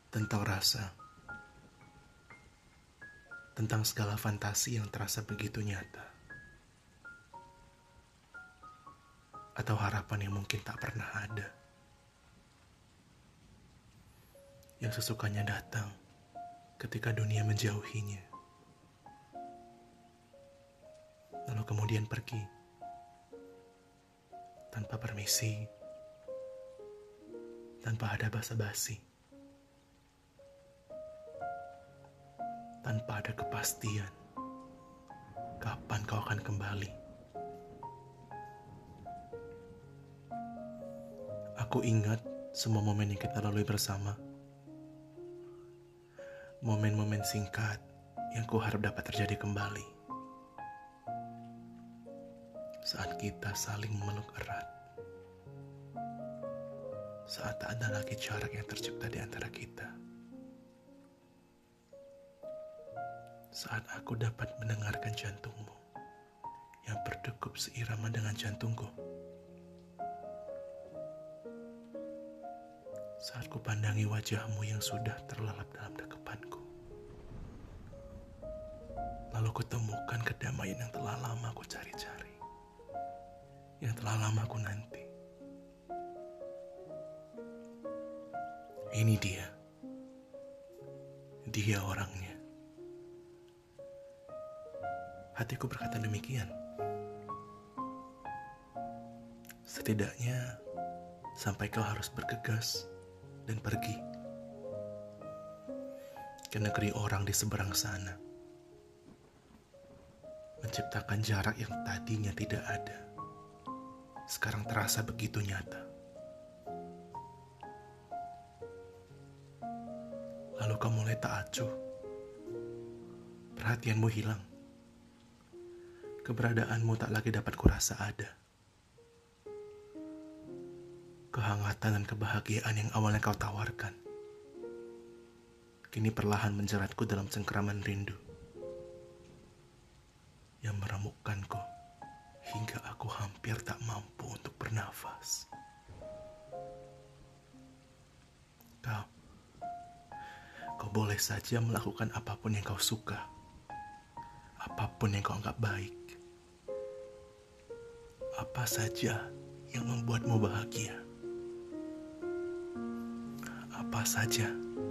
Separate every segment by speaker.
Speaker 1: tentang rasa, tentang segala fantasi yang terasa begitu nyata, atau harapan yang mungkin tak pernah ada, yang sesukanya datang ketika dunia menjauhinya, lalu kemudian pergi tanpa permisi, tanpa ada basa-basi, tanpa ada kepastian kapan kau akan kembali. Aku ingat semua momen yang kita lalui bersama, momen-momen singkat yang kuharap dapat terjadi kembali saat kita saling memeluk erat, saat tak ada lagi jarak yang tercipta di antara kita, saat aku dapat mendengarkan jantungmu yang berdegup seirama dengan jantungku, saat ku pandangi wajahmu yang sudah terlelap dalam dekepanku, lalu kutemukan kedamaian yang telah lama ku cari-cari, yang telah lama ku nanti. Ini dia orangnya. Hatiku berkata demikian. Setidaknya sampai kau harus bergegas dan pergi ke negeri orang di seberang sana, menciptakan jarak yang tadinya tidak ada, sekarang terasa begitu nyata. Lalu kau mulai tak acuh, perhatianmu hilang, keberadaanmu tak lagi dapat kurasa ada. Kehangatan dan kebahagiaan yang awalnya kau tawarkan, kini perlahan menjeratku dalam cengkeraman rindu yang meremukkanku hingga aku hampir tak mampu untuk bernafas. Kau boleh saja melakukan apapun yang kau suka, apapun yang kau anggap baik, apa saja yang membuatmu bahagia, apa saja,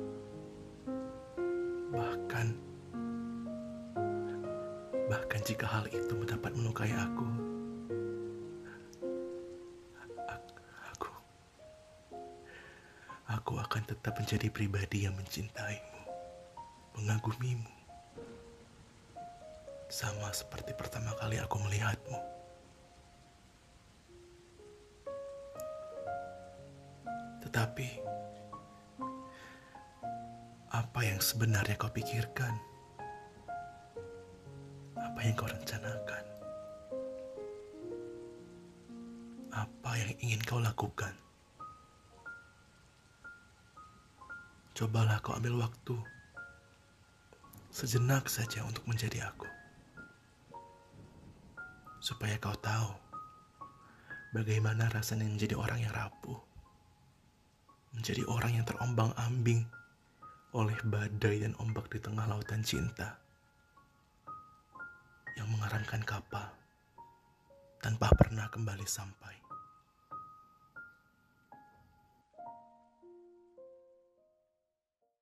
Speaker 1: bahkan jika hal itu dapat melukai aku akan tetap menjadi pribadi yang mencintaimu, mengagumimu, sama seperti pertama kali aku melihatmu. Tetapi apa yang sebenarnya kau pikirkan? Apa yang kau rencanakan? Apa yang ingin kau lakukan? Cobalah kau ambil waktu sejenak saja untuk menjadi aku, supaya kau tahu bagaimana rasanya menjadi orang yang rapuh, menjadi orang yang terombang-ambing oleh badai dan ombak di tengah lautan cinta yang mengarangkan kapal tanpa pernah kembali sampai.